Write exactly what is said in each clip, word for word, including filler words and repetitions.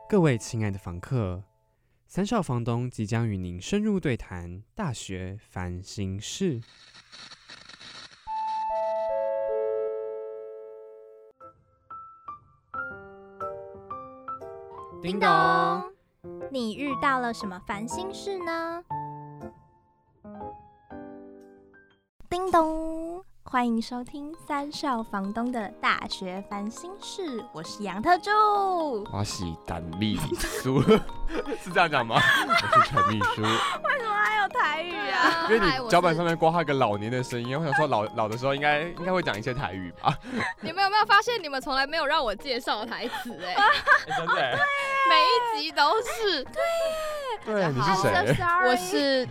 各位亲爱的房客，三少房东即将与您深入对谈大学烦心事。 叮咚，你遇到了什么烦心事呢？叮咚，欢迎收听三少房东的大学烦心事，我是杨特助。 我是陈秘书，是这样讲吗？我是陈秘书。 为什么还有台语啊？ 因为你脚本上面挂号一个老年的声音，我想说老老的时候应该应该会讲一些台语吧。 你们有没有发现，你们从来没有让我介绍台词哎、 欸？真的、欸， 每一集都是。对， 对，你是谁？ 我是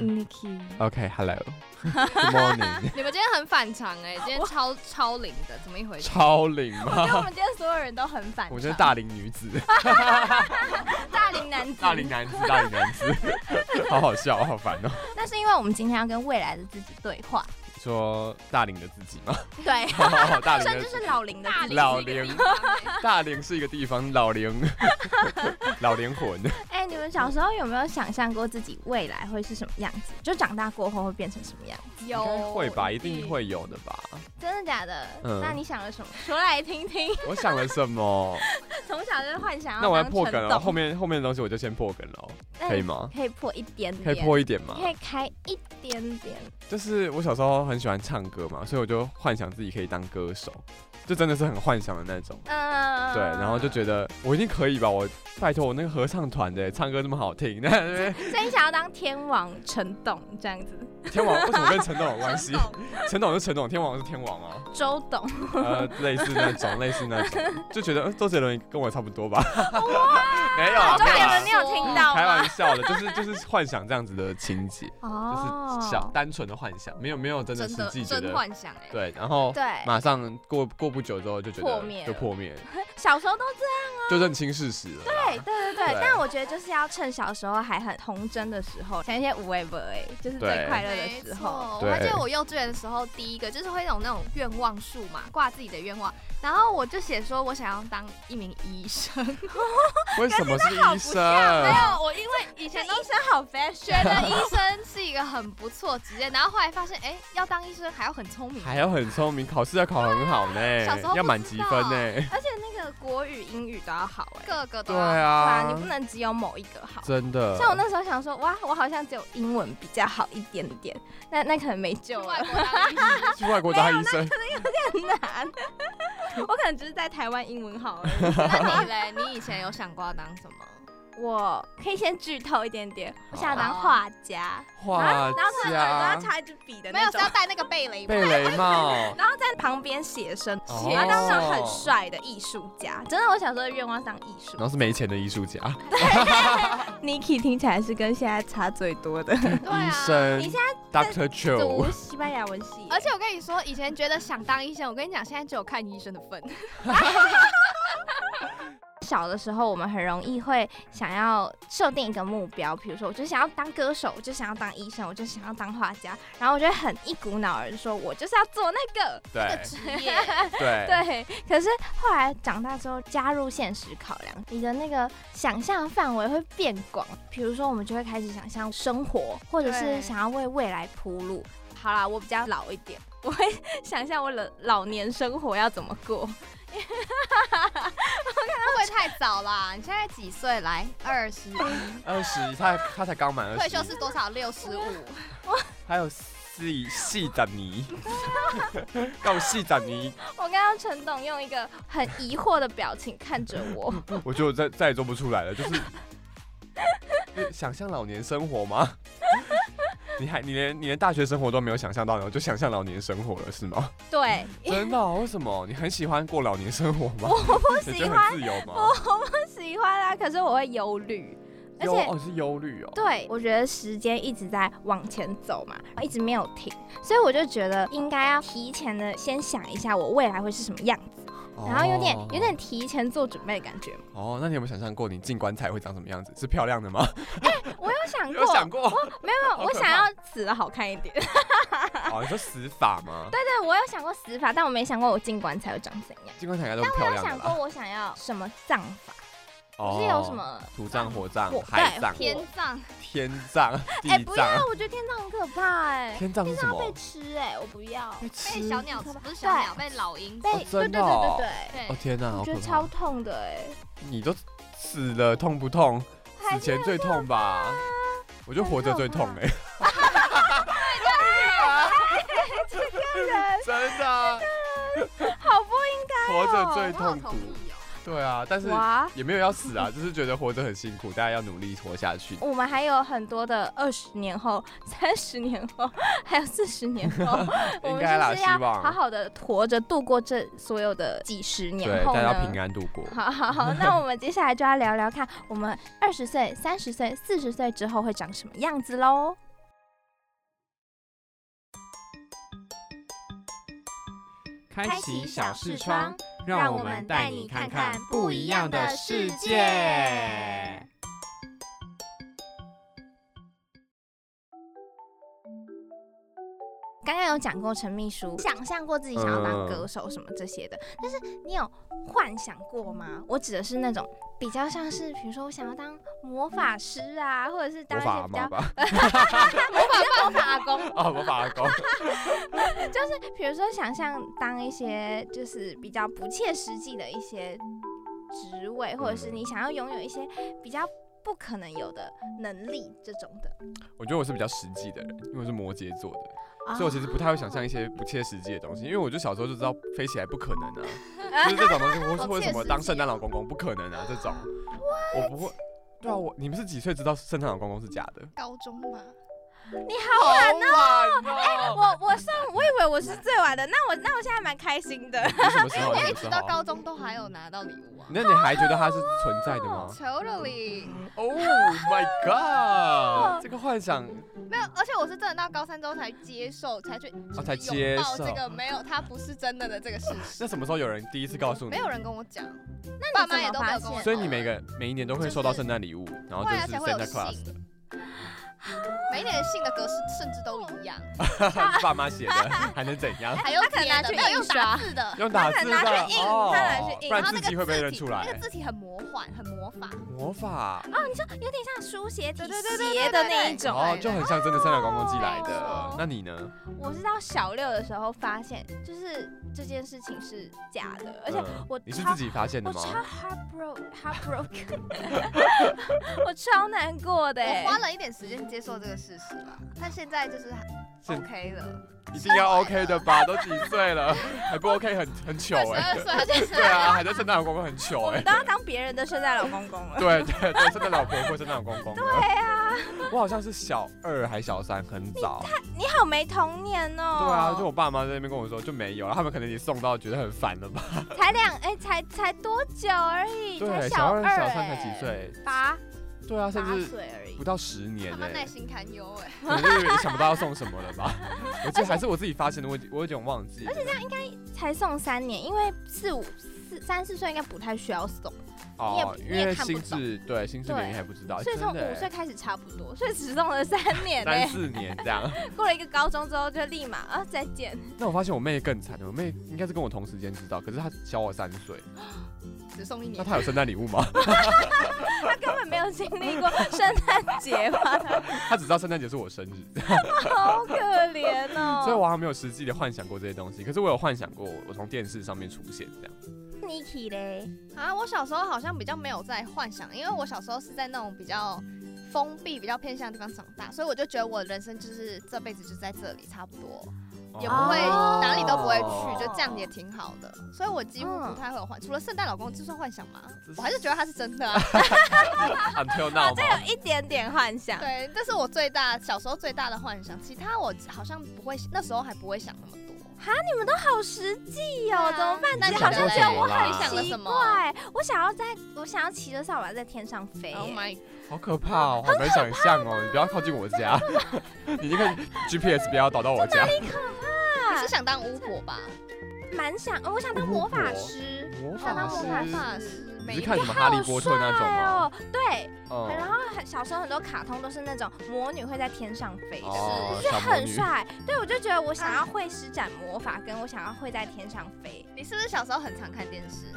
Niki。OK，Hello。Good morning。 你们今天很反常哎、欸，今天超超龄的，怎么一回事？ 超龄吗？ 我觉得我们今天所有人都很反常。 我觉得大龄女子。 大龄男子。 大龄男子，大龄男子，好好笑，好烦哦。 那是因为我们今天要跟未来的自己对话。 说大龄的自己吗？ 对， 大龄的甚至是老龄的自己。 老龄，大龄是一个地方，老龄，老灵魂。 哎、欸，你们小时候有没有想象过自己未来会是什么样子？就长大过后会变成什么样子？ 有， 应该会吧，一定会有的吧？ 真的假的？ 嗯， 那你想了什么？说来听听。 我想了什么？ 从小就是幻想要。 那我要破梗了，后面后面的东西我就先破梗了，可以吗？ 可以破一点点， 可以破一点吗？ 可以开一点点。 就是我小时候很喜欢唱歌嘛，所以我就幻想自己可以当歌手，就真的是很幻想的那种。嗯，对，然后就觉得我一定可以吧，我拜托我那个合唱团的唱歌这么好听，所以你想要当天王陈董这样子？ 天王为什么跟陈董有关系？陈董是陈董，天王是天王啊。 周董。 呃，类似那种，类似那种，就觉得、呃、周杰伦跟我差不多吧。没有啊， 周杰伦你有听到吗？ 开玩笑的，就是就是幻想这样子的情节， 哦、 就是小单纯的幻想，没有没有真的实际觉得真幻想哎、欸。 对，然后对， 马上过过不久之后就觉得破灭， 就破灭。 小时候都这样啊， 就认清事实了。 对对对对，但我觉得就是要趁小时候还很童真的时候，像一些无为不为，就是最快乐的时候。 我还记得我幼稚园的时候，第一个就是会有那种愿望树嘛，挂自己的愿望，然后我就写说我想要当一名医生。 为什么是医生？ 没有，我因为以前医生好 fashion， 觉得医生是一个很不错职业，然后后来发现，哎、欸，要当医生还要很聪明， 还要很聪明，考试要考很好呢， 小时候要满积分呢， 而且那个国语、英语都要好哎， 各个都要对啊， 对啊，你不能只有某一个好， 真的。 像我那时候想说，哇，我好像只有英文比较好一点点，那那可能没救了。 去外国当医生， 可能有点难。我可能只是在台湾英文好而已。 那你嘞？你以前有想过要当什么？ 我可以先剧透一点点，我想要当画家， 画家，然后可能耳朵要插一支笔的那种， 没有是要戴那个贝雷帽， 贝雷帽， 然后在旁边写生， 哦、 然后当那种很帅的艺术家。真的，我小时候的愿望是当艺术家， 然后是没钱的艺术家。 对，Niki 听起来是跟现在差最多的医生。 你现在 Doctor Joe 读西班牙文系， 而且我跟你说，以前觉得想当医生，我跟你讲，现在只有看医生的份。 小的时候，我们很容易会想要设定一个目标，比如说，我就想要当歌手，我就想要当医生，我就想要当画家，然后我就会很一股脑儿说，我就是要做那个对那个职业， 对对。可是后来长大之后，加入现实考量，你的那个想象范围会变广。比如说，我们就会开始想象生活，或者是想要为未来铺路。好啦，我比较老一点，我会想象我的老年生活要怎么过。 会不会太早啦？你现在几岁？来，二十一， 二十，他他才刚满二十。 退休是多少？六十五。 还有四四十年，够四十年。 我刚刚陈董用一个很疑惑的表情看着我， 我觉得我再再也做不出来了，就是想象老年生活吗？你还你连你连大学生活都没有想象到，然后就想象老年生活了是吗？ 对， 真的、哦？为什么？你很喜欢过老年生活吗？ 我不喜欢， 自由吗？ 我不喜欢啊，可是我会忧虑。而且哦是忧虑哦， 对，我觉得时间一直在往前走嘛，一直没有停，所以我就觉得应该要提前的先想一下我未来会是什么样子。然后有点有点提前做准备的感觉。 哦，那你有没有想象过你进棺材会长什么样子？是漂亮的吗？ 哎、欸，我有想过， 有想过， 我没有没有，我想要死的好看一点。 哦，你说死法吗？ 对对，我有想过死法，但我没想过我进棺材会长怎样。 进棺材应该都是漂亮的啦。 但我有想过我想要什么葬法。 不是有什么土葬、火葬、 火海葬、 天葬、 天葬、地哎、不葬。 要，我觉得天葬很可怕哎、 天葬是什么？ 天葬被吃哎、我不要。 被吃被小鸟吃，不是小鸟，被老鹰被、 哦对对对真的哦对对， 对哦天哪， 我觉得好可怕！ 超痛的哎、 你都死了，痛不痛？ 还死前最痛吧？我觉得活着最痛哎、 这个人真的， 好不应该、 活着最我好痛苦同。意哦。 对啊，但是哇！ 也没有要死啊，就是觉得活着很辛苦，大家要努力活下去。 我们还有很多的二十年后、三十年后，还有四十年后，我们应该啦， 就是要希望好好的活着度过这所有的几十年对后呢。 大家平安度过。 好好好，那我们接下来就要聊聊看，我们二十岁、三十岁、四十岁之后会长什么样子喽。 开启小视窗，让我们带你看看不一样的世界。 刚刚有讲过陈秘书想象过自己想要当歌手什么这些的，嗯、但是你有幻想过吗？我指的是那种比较像是，比如说我想要当魔法师啊，或者是当一些比较魔法魔法魔法阿公哦，魔法阿公， 就是比如说想象当一些就是比较不切实际的一些职位，或者是你想要拥有一些比较不可能有的能力这种的。 我觉得我是比较实际的人，因为我是摩羯座的。 哦所以我其实不太会想象一些不切实际的东西，因为我就小时候就知道飞起来不可能啊，就是这种东西，我为什么当圣诞老公公不可能啊？这种我不会。对啊，我你们是几岁知道圣诞老公公是假的？ 高中吧。 你好晚哦！ 哎、 欸，我我上我以为我是最晚的，那我那我现在蛮开心的。 你什么时候？ 我一你什么时候？ 直到高中都还有拿到礼物啊。 那你还觉得它是存在的吗 Totally。 ？Oh my god！ 这个幻想没有，而且我是真的到高三之后才接受，才去哦才接受拥抱这个没有，它不是真的的这个事实。 那什么时候有人第一次告诉你？ 没有人跟我讲， 那爸妈你怎么发也都没有跟我现？ 所以你每个每一年都会收到圣诞礼物，然后就是会而且会有 Santa Claus 的， 每一年的信的格式甚至都一样， 爸妈写的，还能怎样？ 还有他可能拿去没有用印刷打字的， 用打字的他拿去印哦他拿去印不然然后那个字迹会被字体认出来那。个字体很魔幻，很魔法。 魔法哦，你说有点像书写体对对对对斜的那一种。 哦，就很像真的圣诞老公公寄来的哦。 那你呢？ 我是到小六的时候发现，就是这件事情是假的，而且嗯我超你是自己发现的吗？ 我超 heartbroken heartbroken，我超难过的欸。 我花了一点时间接受这个事实吧，但现在就是现 OK 了。 一定要 OK 的吧？都几岁了，还不 OK，很很糗十哎二。岁，他现在对啊，还在圣诞老公公很糗哎我们。都要当别人的圣诞老公公了。 对对对，圣诞老婆或圣诞老公公。 对啊， 我好像是小二还小三，很早。 你好没童年哦。 对啊，就我爸妈在那边跟我说就没有，他们可能也送到觉得很烦了吧？ 才两哎、才才多久而已，才对， 小二、小三才哎几？岁？ 八对啊，甚八至岁而已不。到十年他们耐哎， 心堪忧哎。 我就是也想不到要送什么了吧？我记得还是我自己发现的，我我有点忘记了。而且这样才送三年，因为四五四三四岁应该不太需要送， 哦， 你也因为心看不懂智对心智年龄还不知道， 所以从真的五岁开始差不多，所以只送了三年呢、 三四年这样。 过了一个高中之后就立马啊再见。 那我发现我妹更惨，我妹应该是跟我同时间知道，可是她小我三岁。 只送一年。 那她有圣诞礼物吗？ 他根本没有经历过圣诞节吧？ 她只知道圣诞节是我生日， 好可怜哦。 所以我好像没有实际的幻想过这些东西。可是我有幻想过，我从电视上面出现这样。 Niki 嘞， 啊，我小时候好像比较没有在幻想，因为我小时候是在那种比较封闭、比较偏向的地方长大，所以我就觉得我人生就是这辈子就在这里差不多，也不会哦哪里都不会去，就这样也挺好的。所以我几乎不太会有幻，除了圣诞老公，这算幻想吗？我还是觉得他是真的啊。 Until now 吗？ 有一点点幻想。 对，这是我最大小时候最大的幻想，其他我好像不会，那时候还不会想那么多。 哈，你们都好实际哦， 啊怎么办？ 那你你好像想只有我过什么啦很你想了奇什么怪。我想要在，我想要骑着扫把在天上飞耶。 Oh my， 好可怕哦，好难想象哦！你不要靠近我家，你那个 G P S 不要导到我家。 你是想当巫婆吧？ 蛮想，哦我想当魔法师， 魔想当魔法师， 师。 你是看什么哈利波特那种吗？ 哦，对， 嗯然后很小时候很多卡通都是那种魔女会在天上飞的， 哦我觉得小魔女很帅。对，我就觉得我想要会施展魔法，跟我想要会在天上飞。 你是不是小时候很常看电视？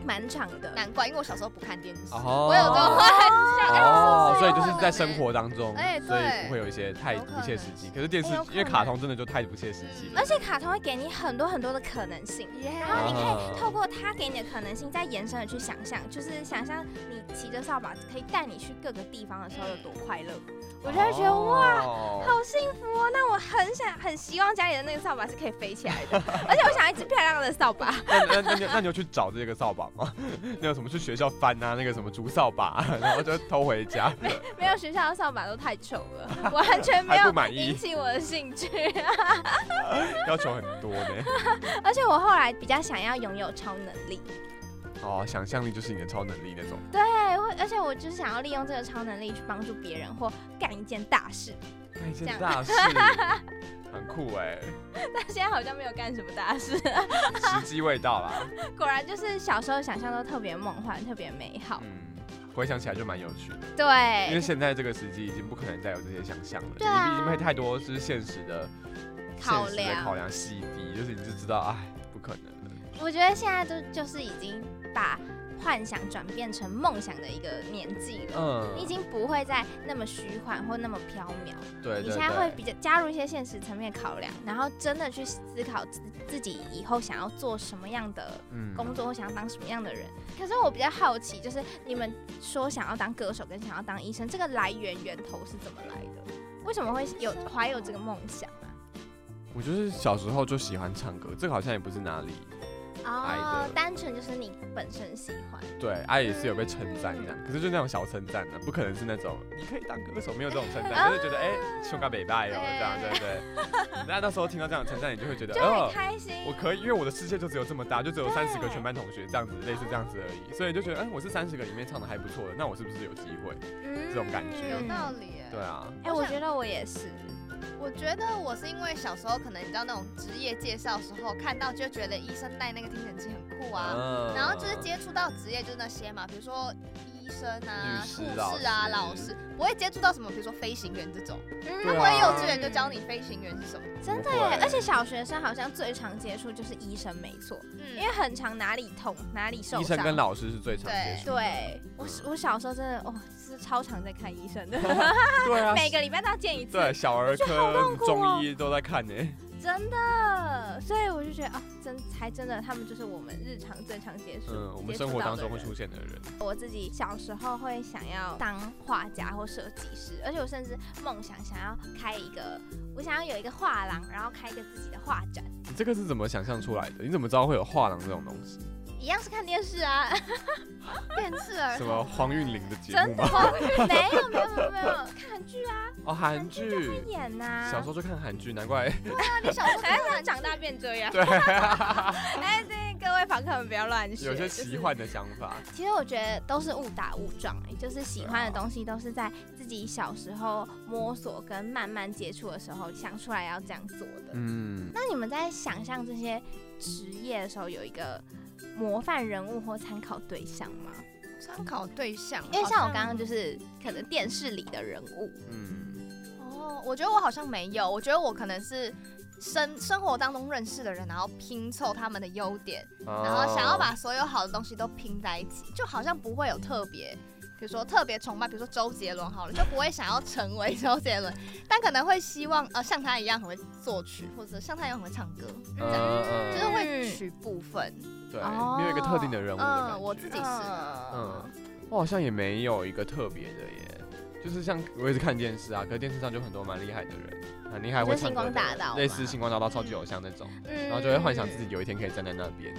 蛮长的。 难怪，因为我小时候不看电视， 哦、 我有这种幻想。 哦，所以就是在生活当中， 哎、 所以不会有一些太不切实际。可是电视，因为卡通真的就太不切实际了。 而且卡通会给你很多很多的可能性， yeah. 然后你可以透过它给你的可能性，再延伸的去想象，就是想象你骑着扫把可以带你去各个地方的时候有多快乐。我就会觉得、哦、哇，好幸福哦！那我很想很希望家里的那个扫把是可以飞起来的，而且我想要一只漂亮的扫把。 那那那你那你有去找这个扫把吗？那有什么去学校翻啊？那个什么竹扫把，然后就偷回家。 没没有，学校的扫把都太丑了，完全没有引起我的兴趣。 要求很多呢。 而且我后来比较想要拥有超能力。 哦，想象力就是你的超能力那种。 对，而且我就是想要利用这个超能力去帮助别人或干一件大事。 干一件大事，很酷哎。 但现在好像没有干什么大事， 时机未到啦。 果然就是小时候想象都特别梦幻，特别美好。 嗯，回想起来就蛮有趣的。 对， 因为现在这个时机已经不可能再有这些想象了， 对啊、 你已经会太多就是现实的考量， 现实的考量洗涤，就是你就知道，哎，不可能了。 我觉得现在都就是已经把幻想转变成梦想的一个年纪了，嗯，你已经不会再那么虚幻或那么缥缈， 对， 你现在会比较加入一些现实层面考量，然后真的去思考自自己以后想要做什么样的工作，或想要当什么样的人。可是我比较好奇，就是你们说想要当歌手跟想要当医生，这个来源源头是怎么来的？为什么会有怀有这个梦想啊？ 我就是小时候就喜欢唱歌，这个好像也不是哪里。 哦，单纯就是你本身喜欢， 对，爱、啊、也是有被称赞这样，可是就那种小称赞呢，不可能是那种你可以当歌手，没有这种称赞，就是觉得哎，胸嘎北拜哦这样，对不对？那那时候听到这样的称赞，你就会觉得就很开心、 呃，我可以，因为我的世界就只有这么大，就只有三十个全班同学这样子，类似这样子而已，所以就觉得，哎、欸，我是三十个里面唱的还不错的，那我是不是有机会？嗯、这种感觉有道理。 对啊， 哎、欸，我觉得我也是。 我觉得我是因为小时候可能你知道那种职业介绍时候看到就觉得医生戴那个听诊器很酷啊，嗯、然后就是接触到职业就是那些嘛，比如说医生啊、护士啊、老师，不会接触到什么比如说飞行员这种，他不会幼稚园就教你飞行员是什么。 真的耶，而且小学生好像最常接触就是医生，没错，嗯、因为很常哪里痛哪里受伤。 医生跟老师是最常接触。 对，我我小时候真的哦是超常在看医生的。 对啊， 每个礼拜都要见一次。 对，小儿科、中医都在看呢。 真的，所以我就觉得啊，真还真的，他们就是我们日常最常接触， 嗯，我们生活当中会出现的人。 我自己小时候会想要当画家或设计师，而且我甚至梦想想要开一个，我想要有一个画廊，然后开一个自己的画展。 你这个是怎么想象出来的？你怎么知道会有画廊这种东西？ 一样是看电视啊， 电视儿什么黄韵玲的节目吗？ 没有没有没有没有，看韩剧啊。 哦，韩剧会演呐、啊。 小时候就看韩剧，难怪。 对啊，你小时候才想长大变这样。 对。 哎，对，各位访客们不要乱学。 有些奇幻的想法。 就是、其实我觉得都是误打误撞、欸，就是喜欢的东西都是在自己小时候摸索跟慢慢接触的时候想出来要这样做的。嗯。那你们在想象这些职业的时候，有一个模范人物或参考对象吗？ 参考对象， 因为像我刚刚就是可能电视里的人物。 嗯。哦，我觉得我好像没有，我觉得我可能是生生活当中认识的人，然后拼凑他们的优点，哦、然后想要把所有好的东西都拼在一起，就好像不会有特别。比如说特别崇拜，比如说周杰伦好了，就不会想要成为周杰伦，但可能会希望呃像他一样很会作曲，或者像他一样很会唱歌，嗯、这样就是会取部分。 对，哦、没有一个特定的人物的感觉。 嗯，我自己是。 嗯，我好像也没有一个特别的耶，就是像我也是看电视啊，可是电视上就很多蛮厉害的人，很厉害会唱歌的，类似星光大道、超级偶像那种，嗯、然后就会幻想自己有一天可以站在那边。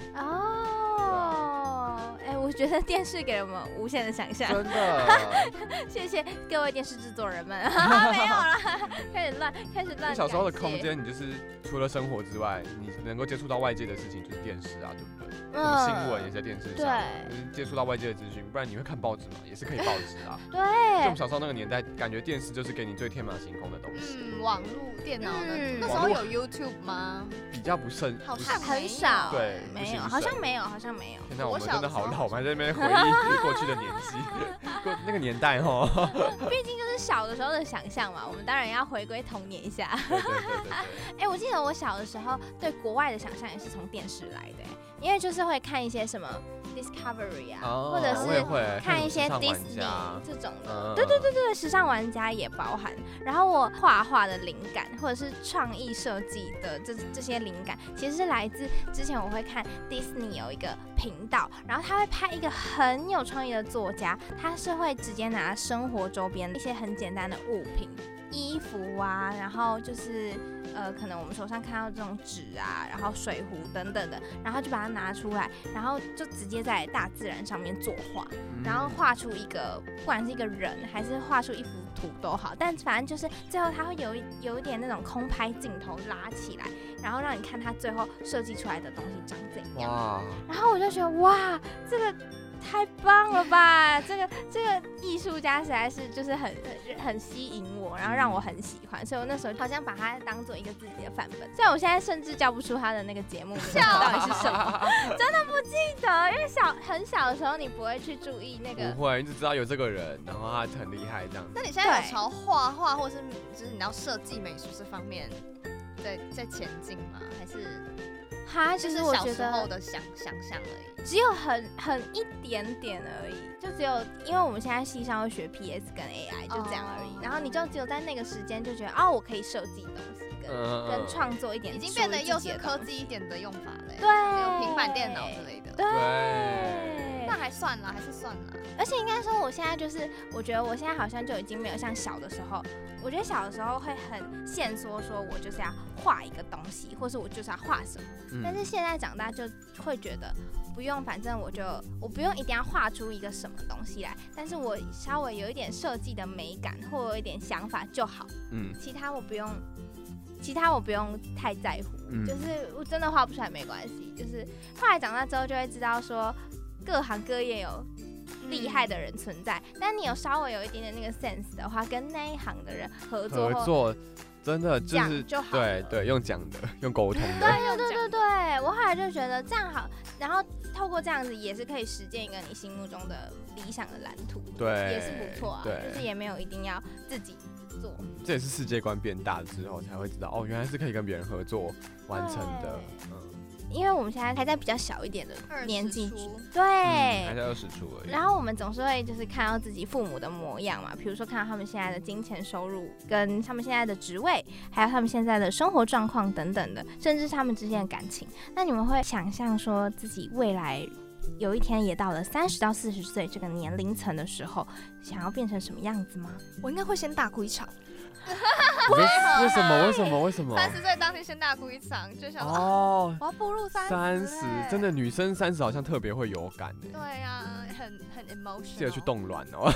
哦，哎、欸，我觉得电视给了我们无限的想象， 真的。 谢谢各位电视制作人们，没有啦，开始乱，开始乱。 小时候的空间，你就是除了生活之外，你能够接触到外界的事情就是电视啊，对不对？什么新闻也在电视上，对，就是接触到外界的资讯，不然你会看报纸嘛，也是可以报纸啊。 对。 就我们小时候那个年代，感觉电视就是给你最天马行空的东西。 嗯，网络、电脑呢？嗯、那时候有 YouTube 吗？ 比较不盛， 好像很少， 对， 没有，好像没有，好像没有。 天哪，我们真的好老，我们还在那边回忆过去的年纪，过那个年代哈。 毕竟就是小的时候的想象嘛，我们当然要回归童年一下。 对对对对。哎、 欸，我记得我小的时候对国外的想象也是从电视来的、欸，因为就是会看一些什么 Discovery 啊， 哦、 或者是看一些 Disney 这种的。对对对对，时尚玩家也包含。然后我画画的灵感，或者是创意设计的这这些灵感，其实是来自之前我会看 Disney 有一个频道，然后他会拍一个很有创意的作家，他是会直接拿生活周边一些很简单的物品。衣服啊，然后就是呃，可能我们手上看到这种纸啊，然后水壶等等的，然后就把它拿出来，然后就直接在大自然上面作画，然后画出一个，不管是一个人还是画出一幅图都好，但反正就是最后它会有一有一点那种空拍镜头拉起来，然后让你看它最后设计出来的东西长怎样。哇！然后我就觉得哇，这个。太棒了吧！这个这个艺术家实在是就是很很很吸引我，然后让我很喜欢，所以我那时候好像把他当做一个自己的范本。虽然我现在甚至叫不出他的那个节目名字到底是什么，真的不记得，因为小很小的时候你不会去注意那个， 不会，你只知道有这个人，然后他很厉害这样。 那你现在有朝画画或是就是你要设计美术这方面在在前进吗？还是？ 哈，其实我觉得小时候的想想象而已， 只有很很一点点而已，就只有因为我们现在系上会学 P S 跟 A I 就这样而已， oh. 然后你就只有在那个时间就觉得哦，我可以设计东西跟、uh. 跟创作一点， 已经变得又是科技一点的用法了， 对， 有平板电脑之类的， 对。 那还算啦，还是算啦。 而且应该说，我现在就是，我觉得我现在好像就已经没有像小的时候，我觉得小的时候会很限缩，说我就是要画一个东西，或是我就是要画什么。嗯、但是现在长大就会觉得不用，反正我就我不用一定要画出一个什么东西来，但是我稍微有一点设计的美感或有一点想法就好。嗯，其他我不用。其他我不用太在乎，嗯、就是我真的画不出来没关系。就是后来长大之后就会知道说，各行各业有厉害的人存在，嗯、但你有稍微有一点点那个 sense 的话，跟那一行的人合作， 合作真的就是就好对对，用讲的，用沟通的。 对对对对，我后来就觉得这样好，然后透过这样子也是可以实践一个你心目中的理想的蓝图， 对， 也是不错啊。就是也没有一定要自己。 这也是世界观变大之后才会知道，哦，原来是可以跟别人合作完成的。嗯， 因为我们现在还在比较小一点的年纪，对、 嗯，还在二十出而已。 然后我们总是会就是看到自己父母的模样嘛，比如说看到他们现在的金钱收入，跟他们现在的职位，还有他们现在的生活状况等等的，甚至他们之间的感情。那你们会想象说自己未来有一天也到了三十到四十岁这个年龄层的时候，想要变成什么样子吗？ 我应该会先大哭一场。 为什么？为什么？为什么？ 三十岁当天先大哭一场，就想哦， 我要步入三十。 三十，真的女生三十好像特别会有感的。对呀、啊，很很 emotional。 记得去冻卵哦。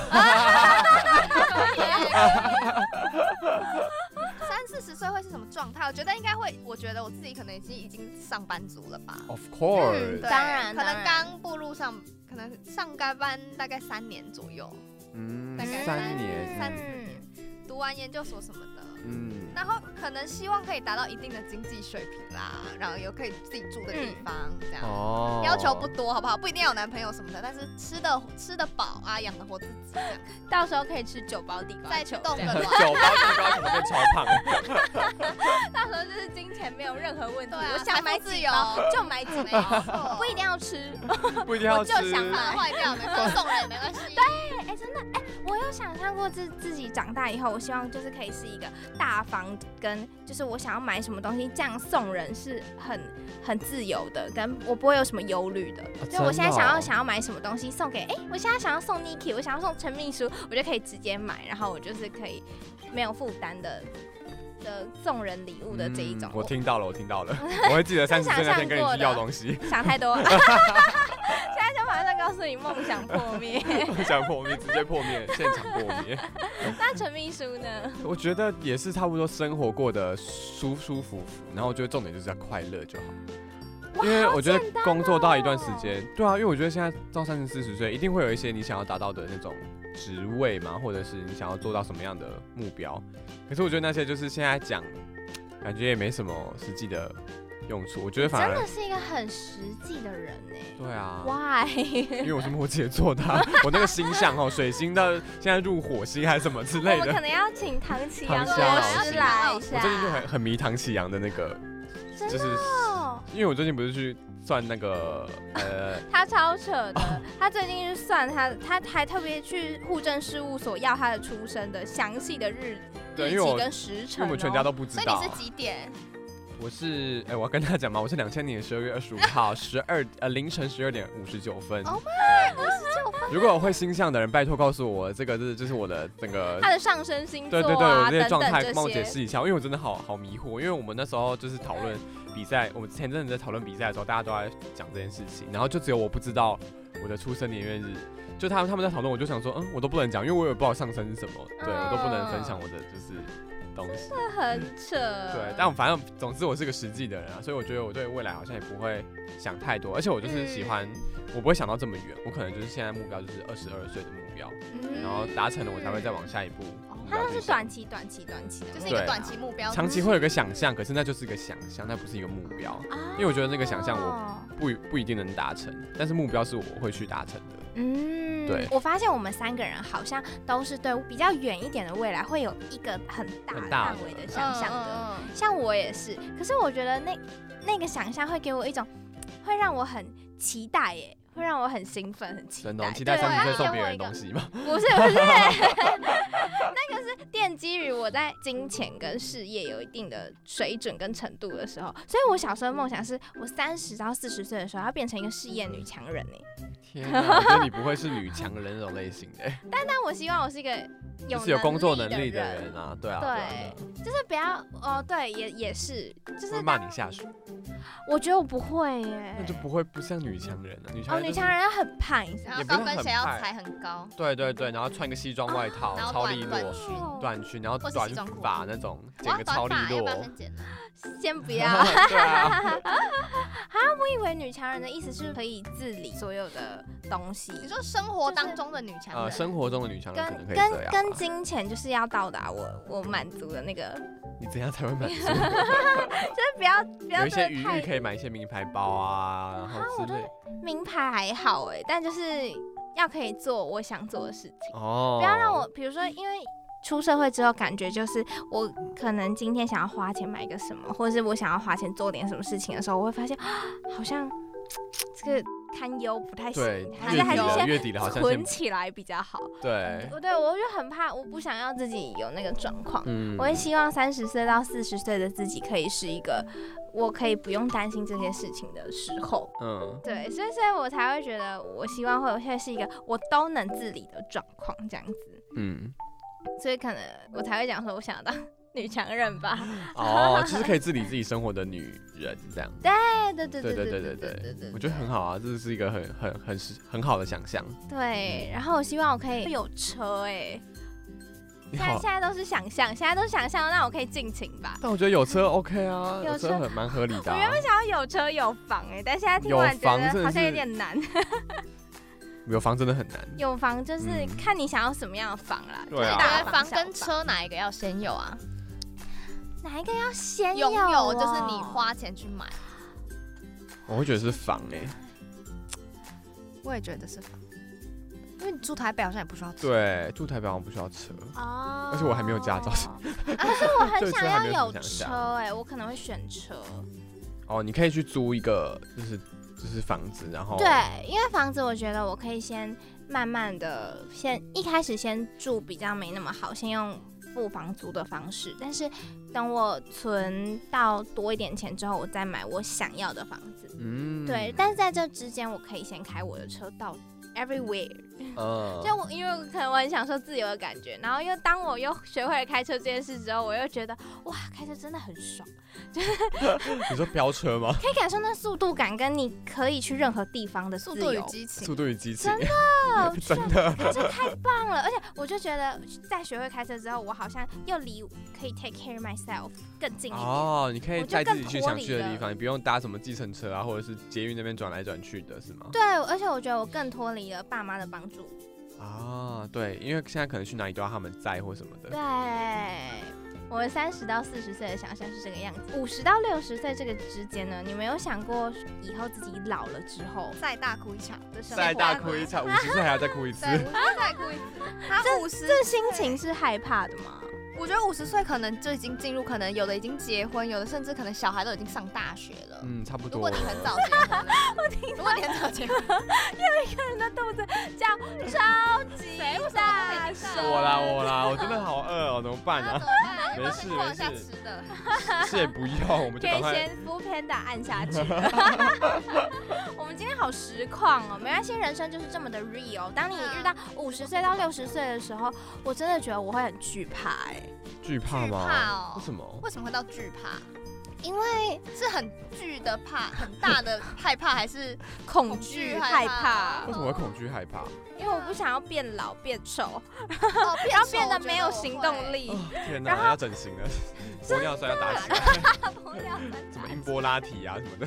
三四十岁会是什么状态？我觉得应该会，我觉得我自己可能已经已经上班族了吧。 Of course，、 嗯、当然， 可能刚步入上，可能上该班大概三年左右。 嗯， 大概三年， 三年。读完研究所什么的，嗯，然后可能希望可以达到一定的经济水平啦，然后有可以自己住的地方，嗯、这样，哦，要求不多，好不好？不一定要有男朋友什么的，但是吃的吃得饱啊，养得活自己，这样， 到时候可以吃九包地瓜， 再去动个卵， 九包地瓜怎么变超胖？ 到时候就是金钱没有任何问题， 啊、 我想买几包就买几包，不一定要吃， 不一定要吃， 我就想买坏掉，没关系，送人也没关系。 对，哎、欸，真的，哎、欸，我有想象过自自己长大以后，我希望就是可以是一个大方，跟就是我想要买什么东西，这样送人是很很自由的，跟我不会有什么忧虑的。 啊、 就我现在想要、哦、想要买什么东西送给，哎、欸，我现在想要送 Niki， 我想要送陈秘书，我就可以直接买，然后我就是可以没有负担的。的送人礼物的这一种、嗯， 我听到了，我听到了，我会记得三十岁那天跟你去要东西。 想太多，现在就马上告诉你梦想破灭， 梦想破灭，直接破灭，现场破灭。 那陈秘书呢？ 我觉得也是差不多，生活过得舒舒服服，然后我觉得重点就是要快乐就好。因为我觉得工作到一段时间，对啊，因为我觉得现在到三十四十岁，一定会有一些你想要达到的那种职位嘛，或者是你想要做到什么样的目标。可是我觉得那些就是现在讲，感觉也没什么实际的用处。我觉得反而真的是一个很实际的人哎。 对啊 ，Why？ 因为我是摩羯座的、啊，我那个星象哦，水星的现在入火星还是什么之类的。 我们可能要请唐启阳老师来一下。 我最近就很很迷唐启阳的那个， 真的、 就是哦。 因为我最近不是去算那个呃， 他超扯的，他最近去算他，他还特别去户政事务所要他的出生的详细的日日期跟时辰、哦， 因为我们全家都不知道。 所以你是几点？ 我是哎、欸，我要跟大家讲嘛，我是两千年十二月二十五号十二呃凌晨十二点五十九分。 Oh my， 五十九分。 如果我会星象的人，拜托告诉我，这个是就是我的整个他的上升星座、啊， 对对对，我这些状态等等帮我解释一下，因为我真的好好迷惑，因为我们那时候就是讨论比赛，我们前阵子在讨论比赛的时候，大家都在讲这件事情，然后就只有我不知道我的出生年月日，就他们他们在讨论，我就想说，嗯，我都不能讲，因为我也不知道上升是什么，对、嗯、我都不能分享我的就是东西， 真的很扯。 对，但反正总之我是个实际的人啊，所以我觉得我对未来好像也不会想太多，而且我就是喜欢，嗯、我不会想到这么远，我可能就是现在目标就是二十二岁的目标，嗯、然后达成了我才会再往下一步。 它那是短期、短期、短期的， 就是一个短期目标。 长期会有个想象，可是那就是一个想象，那不是一个目标。哦、因为我觉得那个想象我不不一定能达成，但是目标是我会去达成的。 嗯， 对。 我发现我们三个人好像都是对比较远一点的未来会有一个很大范围的想象的，嗯嗯、像我也是。可是我觉得那那个想象会给我一种，会让我很期待耶。会让我很兴奋，很期待。 真的，期待三十岁送别人东西吗？ 不是不是，那个是奠基于我在金钱跟事业有一定的水准跟程度的时候。所以我小时候梦想是我三十到四十岁的时候要变成一个事业女强人呢。 天啊，我觉得你不会是女强人那种类型的。 但但我希望我是一个有就是有工作能力的人啊，对啊。 对，对就是不要哦，对，也也是，就是会骂你下属。 我觉得我不会耶， 那就不会不像女强人啊，女强人、就是。 哦，女强人要很胖， 然后高跟鞋要踩很高。 对对对，然后穿一个西装外套， 哦、 超利落， 短裙， 短裙，然后短发那种，剪个超利落。 要先不要。 对啊。 啊，我以为女强人的意思是可以自理所有的东西。 你说生活当中的女强人？ 呃，生活中的女强人可能可以这样、啊。 跟跟金钱就是要到达我我满足的那个。 你怎样才会满足？ 就是不要不要有一些余裕可以买一些名牌包啊，然后之类。 名牌还好哎、欸，但就是要可以做我想做的事情。 哦。 不要让我，比如说，因为出社会之后，感觉就是我可能今天想要花钱买个什么，或者是我想要花钱做点什么事情的时候，我会发现好像这个堪忧不太行，还是还是先月底了，好像存起来比较好。 对， 对，我就很怕，我不想要自己有那个状况。 嗯， 我会希望三十岁到四十岁的自己可以是一个我可以不用担心这些事情的时候。 嗯， 对，所以所以我才会觉得，我希望会会是一个我都能自理的状况，这样子。 嗯， 所以可能我才会讲说，我想要当女强人吧。 哦，就是可以自理自己生活的女人这样。 对对对对对对对对对，我觉得很好啊，这是一个很很很很好的想象。 对，然后我希望我可以有车哎、欸。现在现在都是想象，现在都是想象，那我可以尽情吧。 但我觉得有车 OK 啊，有车很蛮合理的、啊。 我原本想要有车有房哎、欸，但现在听完觉得好像有点难。 有房真的很难。 有房就是看你想要什么样的房啦。 对啊。 大房跟车哪一个要先有啊？ 哪一个要先有、 哦？拥有就是你花钱去买。 我会觉得是房哎、欸。 我也觉得是房。因为你住台北好像也不需要车。 对，住台北好像不需要车。 哦。 而且我还没有驾照。 可是我很想要有车哎、欸，我可能会选车。 哦，你可以去租一个，就是就是房子，然后。 对，因为房子我觉得我可以先慢慢的，先一开始先住比较没那么好，先用付房租的方式，但是等我存到多一点钱之后，我再买我想要的房子。嗯。对，但是在这之间，我可以先开我的车到。everywhere， uh. 就我因为可能我很享受自由的感觉，然后又当我又学会了开车这件事之后，我又觉得哇，开车真的很爽，就是你说飙车吗？ 可以感受那速度感，跟你可以去任何地方的自由， 速度与激情， 速度与激情， 真的真的， 这太棒了！而且我就觉得，在学会开车之后，我好像又离可以 take care myself 更近一点。 哦，你可以带自己去想去的地方，你不用搭什么计程车啊，或者是捷运那边转来转去的，是吗？ 对，而且我觉得我更脱离了爸妈的帮助。 啊，对，因为现在可能去哪里都要他们载或什么的。 对，我们三十到四十岁的想象是这个样子，五十到六十岁这个之间呢，你们有想过以后自己老了之后再大哭一场的生活？ 再大哭一场，五十岁还要再哭一次？ 对，五十岁再哭一次。他五十， 这心情是害怕的吗？ 我觉得五十岁可能就已经进入，可能有的已经结婚，有的甚至可能小孩都已经上大学了。 嗯，差不多。 如果你很早结婚， 我听如果你很早结婚， 有一个人的肚子叫超级大声。 我啦我啦，我真的好饿哦，怎么办啊？ 怎么办？ 没事没事， 吃的， 是也不用，我们就赶快。 可以先敷片打按下去。我们今天好实况哦，没关系，人生就是这么的 real。当你遇到五十岁到六十岁的时候，我真的觉得我会很惧怕哎、欸。 惧怕吗？ 怕哦。 为什么？ 为什么会到惧怕？ 因为是很惧的怕，很大的害怕，还是恐惧害怕？ 为什么会恐惧害怕？ 因为我不想要变老变丑， 哦、 然后变得没有行动力。 哦、天哪，要整形了，玻尿酸要打起来，什么音波拉提啊什么的。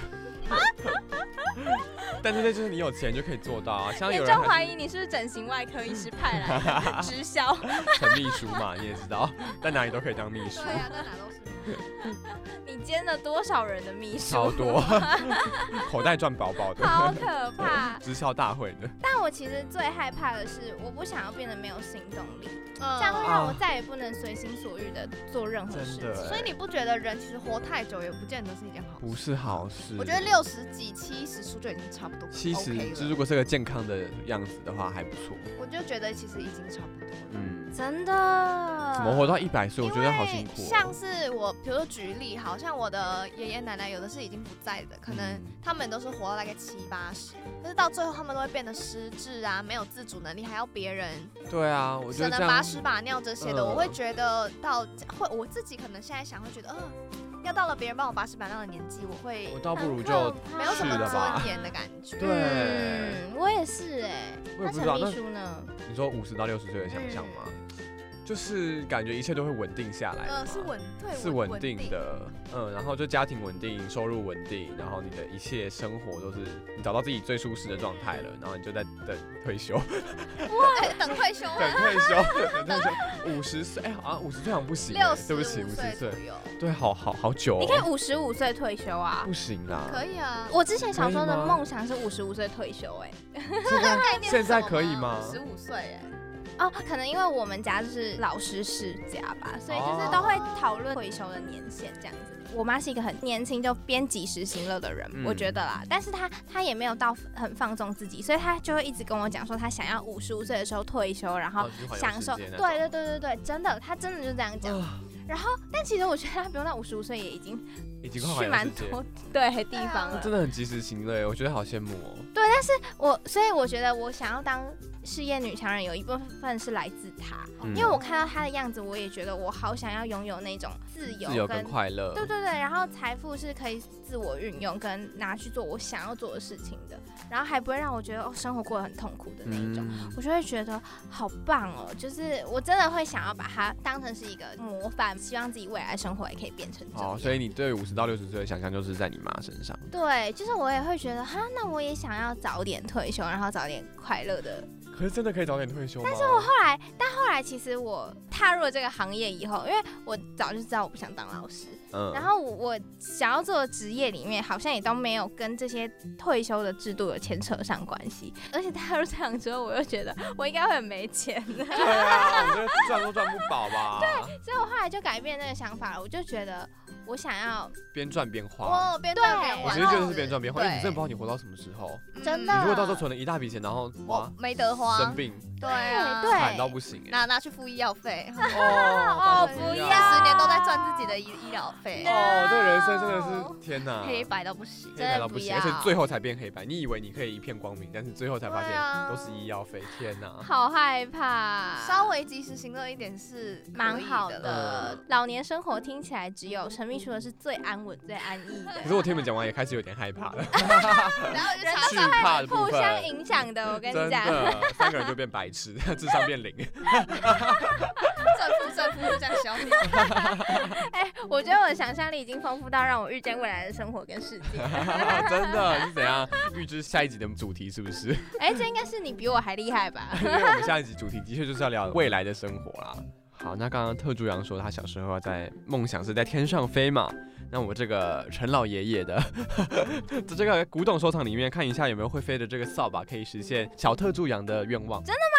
但是这就是你有钱就可以做到啊！像有人严重怀疑你是不是整形外科医师派来的直销， 陈秘书嘛，你也知道，在哪里都可以当秘书。 对啊，在哪都是。 你兼了多少人的秘书？ 超多，口袋赚饱饱的， 好可怕！ 直销大会的。 但我其实最害怕的是，我不想要变得没有行动力， 嗯、 这样会让我再也不能随心所欲的做任何事情。 所以你不觉得人其实活太久也不见得是一件好事？ 不是好事。 我觉得六十几、七十出就已经差不多。 七十，就如果是个健康的样子的话，还不错。 我就觉得其实已经差不多了。 嗯， 真的。 怎么活到一百岁？我觉得好辛苦、哦。 像是我，比如说举例，好像我的爷爷奶奶有的是已经不在的，可能他们都是活到大概七八十，但是到最后他们都会变得失智啊，没有自主能力，还要别人。 对啊，我觉得只能把屎把尿这些的， 嗯、 我会觉得到会我自己可能现在想会觉得，呃，要到了别人帮我把屎把尿的年纪，我会我倒不如就没有什么尊严的感觉。 对、 嗯，我也是哎、欸。那陈秘书呢？ 你说五十到六十岁的想象吗？嗯就是感觉一切都会稳定下来， 呃，是稳，对， 是稳定的，嗯，然后就家庭稳定，收入稳定，然后你的一切生活都是你找到自己最舒适的状态了，然后你就在等退休， 哇，欸、等退休、啊， 等退休，等退休，五十岁，哎，好像五十岁好像不行， 六十， 对不起，五十岁， 右对，好好好久、哦， 你可以五十五岁退休啊， 不行啦， 可以啊， 我之前小时候的梦想是五十五岁退休、欸，哎， 现在现在可以吗？ 十五岁，哎。 哦，可能因为我们家就是老师世家吧，所以就是都会讨论退休的年限这样子。我妈是一个很年轻就边及时行乐的人，嗯、我觉得啦，但是她她也没有到很放纵自己，所以她就会一直跟我讲说，她想要五十五岁的时候退休，然后享受。哦、对对对对对，真的，她真的就这样讲。哦、然后，但其实我觉得她不用到五十五岁也已经已经去蛮多对地方了， 真的很及时行乐，我觉得好羡慕哦。 对，但是我所以我觉得我想要当事业女强人，有一部分是来自她，嗯、因为我看到她的样子，我也觉得我好想要拥有那种自由、 自由跟快乐。 对对对，然后财富是可以自我运用跟拿去做我想要做的事情的，然后还不会让我觉得哦生活过得很痛苦的那一种，嗯、我就会觉得好棒哦，就是我真的会想要把它当成是一个模范，希望自己未来生活也可以变成这样。 哦，所以你对五十到六十岁的想象就是在你妈身上。 对，就是我也会觉得哈，那我也想要早点退休，然后早点快乐的。 可是真的可以早点退休吗？ 但是我后来，但后来其实我踏入了这个行业以后，因为我早就知道我不想当老师，嗯，然后我想要做的职业里面好像也都没有跟这些退休的制度有牵扯上关系，而且踏入这行之后，我又觉得我应该会很没钱。 对啊，我觉得赚都赚不饱吧。 对，所以我后来就改变那个想法了，我就觉得我想要边赚边花。 哦，边赚边花。 我其实觉得是边赚边花，因为你真的不知道你活到什么时候。 真的。 你如果到时候存了一大笔钱，然后哇没得花， 生病， 对啊， 惨到不行哎， 拿拿去付医药费。 哦，不要， 四十年都在赚自己的医医疗费。 哦，这个人生真的是天哪， 黑白到不行， 黑白到不行，而且最后才变黑白。你以为你可以一片光明，但是最后才发现都是医药费。天哪， 好害怕。 稍微及时行乐一点是蛮好的。老年生活听起来只有陈秘书的是最安稳、最安逸的。 可是我听你们讲完也开始有点害怕了。 然后人都是会互相影响的，我跟你讲。 真的，三个人就变白痴，智商变零。 正负正负就这样消灭。 哎，我觉得我的想象力已经丰富到让我预见未来的生活跟世界。 真的是怎样预知下一集的主题是不是？ 哎，这应该是你比我还厉害吧？ 因为我们下一集主题的确就是要聊未来的生活啦。好，那刚刚特助阳说他小时候在梦想是在天上飞嘛，那我这个陈老爷爷的这个古董收藏里面看一下有没有会飞的这个扫把可以实现小特助阳的愿望。 真的吗？真的吗？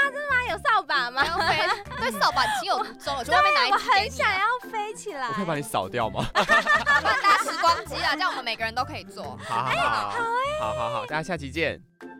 有扫把吗？ 要飞，对扫把情有独钟，我去外面拿一支给你。 我很想要飞起来。 我可以把你扫掉吗？ 我们搭时光机啊，这样我们每个人都可以做。 好好好，好好好，大家下期见。